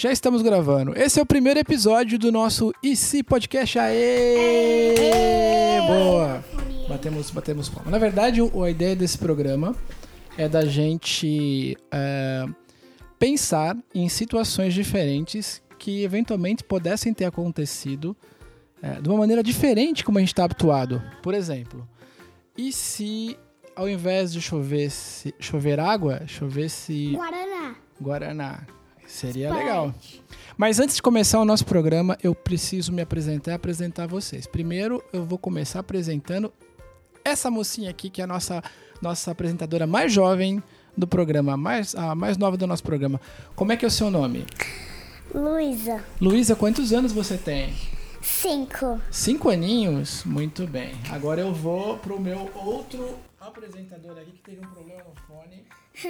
Já estamos gravando. Esse é o primeiro episódio do nosso E Se Podcast. Aê! Boa! Batemos palma. Na verdade, a ideia desse programa é da gente pensar em situações diferentes que eventualmente pudessem ter acontecido de uma maneira diferente como a gente está habituado. Por exemplo, e se ao invés de chover água, chovesse Guaraná? Seria legal. Mas antes de começar o nosso programa, eu preciso me apresentar e apresentar vocês. Primeiro, eu vou começar apresentando essa mocinha aqui, que é a nossa apresentadora mais jovem do programa, a mais nova do nosso programa. Como é que é o seu nome? Luísa. Luísa, quantos anos você tem? 5. 5 aninhos? Muito bem. Agora eu vou pro meu outro apresentador aqui que teve um problema no fone.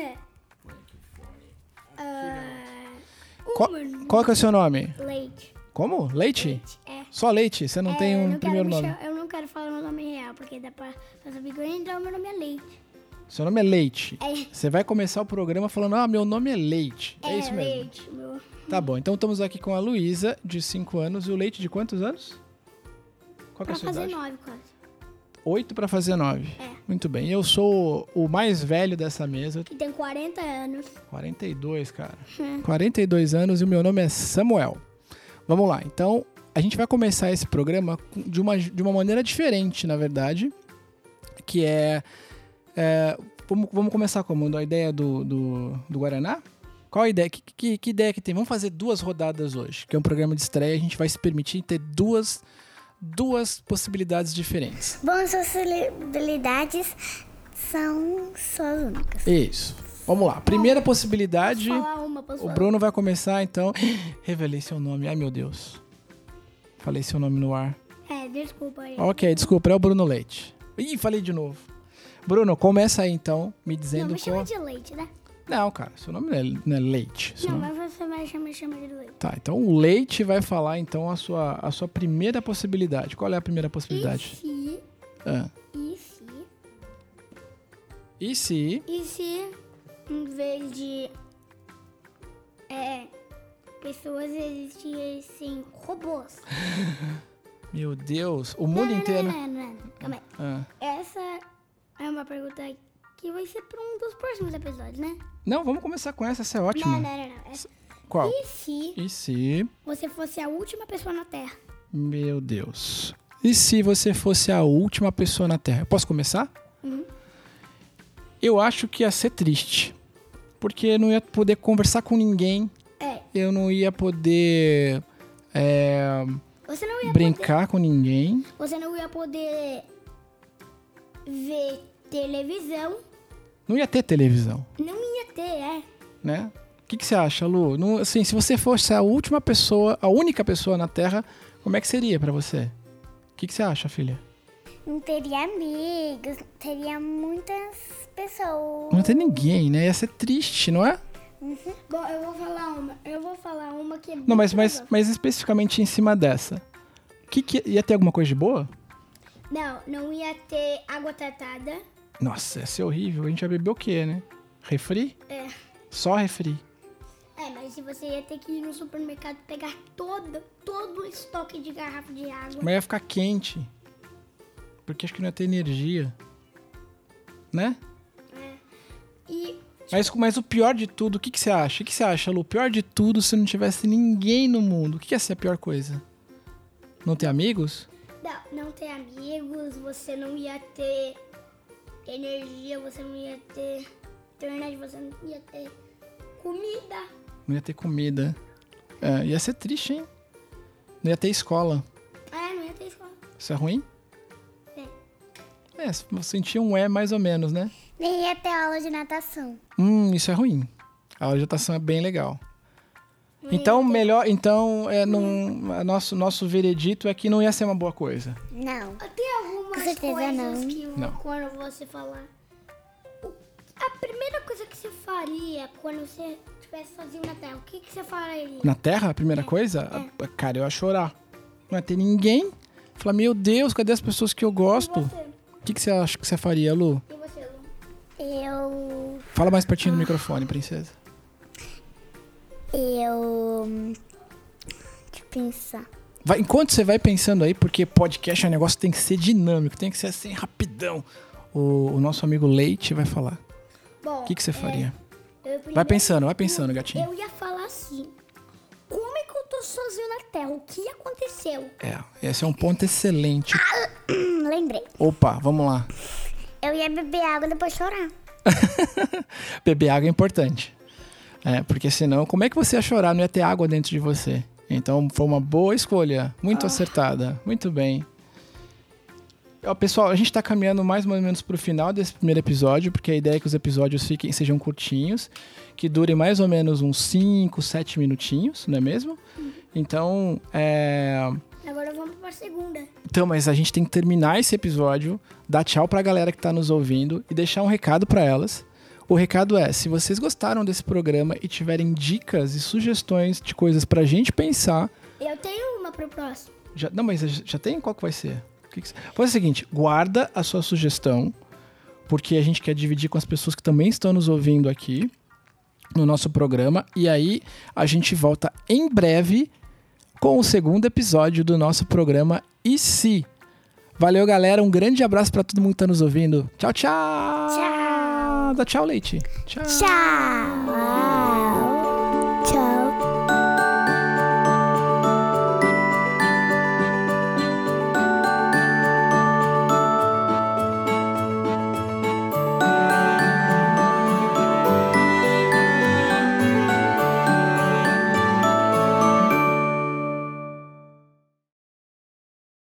Qual que é o seu nome? Leite. Como? Leite? Leite, é. Só Leite? Você não tem um primeiro nome? Eu não quero falar meu nome real, porque dá pra fazer figurinha, então meu nome é Leite. Seu nome é Leite. É. Você vai começar o programa falando, meu nome é Leite. É isso mesmo? Leite. Tá bom, então estamos aqui com a Luísa, de 5 anos, e o Leite de quantos anos? Qual que é a sua idade? Pra fazer 9, quase. 8 pra fazer 9. É. Muito bem, eu sou o mais velho dessa mesa. Que tem 40 anos. 42, cara. 42 anos e o meu nome é Samuel. Vamos lá, então a gente vai começar esse programa de uma maneira diferente, na verdade, que vamos começar como? A ideia do Guaraná? Qual a ideia? Que ideia que tem? Vamos fazer 2 rodadas hoje, que é um programa de estreia, a gente vai se permitir ter duas possibilidades diferentes. Bom, as possibilidades são só as únicas. Isso. Vamos lá. Primeira possibilidade. Posso O Bruno vai começar, então. Revelei seu nome. Ai, meu Deus. Falei seu nome no ar. Desculpa aí. Ok, desculpa. É o Bruno Leite. Ih, falei de novo. Bruno, começa aí, então, me dizendo Não, me chama de Leite, né? Não, cara. Seu nome não é Leite. Não, mas você vai chamar de Leite. Tá, então o Leite vai falar, então, a sua primeira possibilidade. Qual é a primeira possibilidade? E se, em vez de pessoas existissem robôs? Meu Deus, o mundo inteiro... Não. Calma aí. Essa é uma pergunta que vai ser para um dos próximos episódios, né? Não, vamos começar com essa é ótima. Não. Qual? E se você fosse a última pessoa na Terra? Meu Deus. E se você fosse a última pessoa na Terra? Eu posso começar? Eu acho que ia ser triste. Porque eu não ia poder conversar com ninguém. Eu não ia poder Você não ia brincar com ninguém. Você não ia poder ver televisão. Não ia ter televisão, Não ia ter, né? O que você acha, Lu? Não, assim, se você fosse a última pessoa, a única pessoa na Terra, como é que seria pra você? O que você acha, filha? Não teria amigos, teria muitas pessoas. Não ia ter ninguém, né? Ia ser triste, não é? Bom, eu vou falar uma que é Não, mas especificamente em cima dessa. Ia ter alguma coisa de boa? Não ia ter água tratada. Nossa, ia ser horrível. A gente ia beber o quê, né? Refri? Só refri. Mas se você ia ter que ir no supermercado pegar todo o estoque de garrafa de água. Mas ia ficar quente. Porque acho que não ia ter energia. Né? Mas o pior de tudo, o que você acha? O que você acha, Lu? O pior de tudo se não tivesse ninguém no mundo. O que ia ser a pior coisa? Não ter amigos? Não ter amigos, você não ia ter energia, você não ia ter internet, você não ia ter comida. Não ia ter comida. Ia ser triste, hein? Não ia ter escola. Não ia ter escola. Isso é ruim? Eu senti mais ou menos, né? Nem ia ter aula de natação. Isso é ruim. A aula de natação é bem legal. Então, nosso veredito é que não ia ser uma boa coisa. Não. Tem algumas coisas que quando você falar... A primeira coisa que você faria quando você estivesse sozinho na Terra, o que você faria? Na Terra, a primeira coisa? Cara, eu ia chorar. Não ia ter ninguém. Falar, meu Deus, cadê as pessoas que eu gosto? O que você acha que você faria, Lu? E você, Lu? Eu... Fala mais pertinho do microfone, princesa. Deixa eu pensar. Enquanto você vai pensando aí, porque podcast é um negócio que tem que ser dinâmico, tem que ser assim, rapidão. O nosso amigo Leite vai falar. Bom, o que você faria? Vai pensando, gatinho. Eu ia falar assim. Como é que eu tô sozinho na Terra? O que aconteceu? Esse é um ponto excelente. Lembrei. Opa, vamos lá. Eu ia beber água e depois chorar. Beber água é importante. Porque senão, como é que você ia chorar? Não ia ter água dentro de você. Então, foi uma boa escolha. Muito acertada. Muito bem. Pessoal, a gente tá caminhando mais ou menos pro final desse primeiro episódio, porque a ideia é que os episódios sejam curtinhos, que durem mais ou menos uns 5, 7 minutinhos, não é mesmo? Então, Agora vamos pra segunda. Então, mas a gente tem que terminar esse episódio, dar tchau pra galera que tá nos ouvindo e deixar um recado pra elas. O recado é, se vocês gostaram desse programa e tiverem dicas e sugestões de coisas pra gente pensar... Eu tenho uma pro próximo. Não, mas já tem? Qual que vai ser? Faz o seguinte, guarda a sua sugestão, porque a gente quer dividir com as pessoas que também estão nos ouvindo aqui no nosso programa, e aí a gente volta em breve com o segundo episódio do nosso programa E Se? Valeu, galera, um grande abraço para todo mundo que tá nos ouvindo. Tchau, tchau! Tchau! Dá tchau, Leite. Tchau!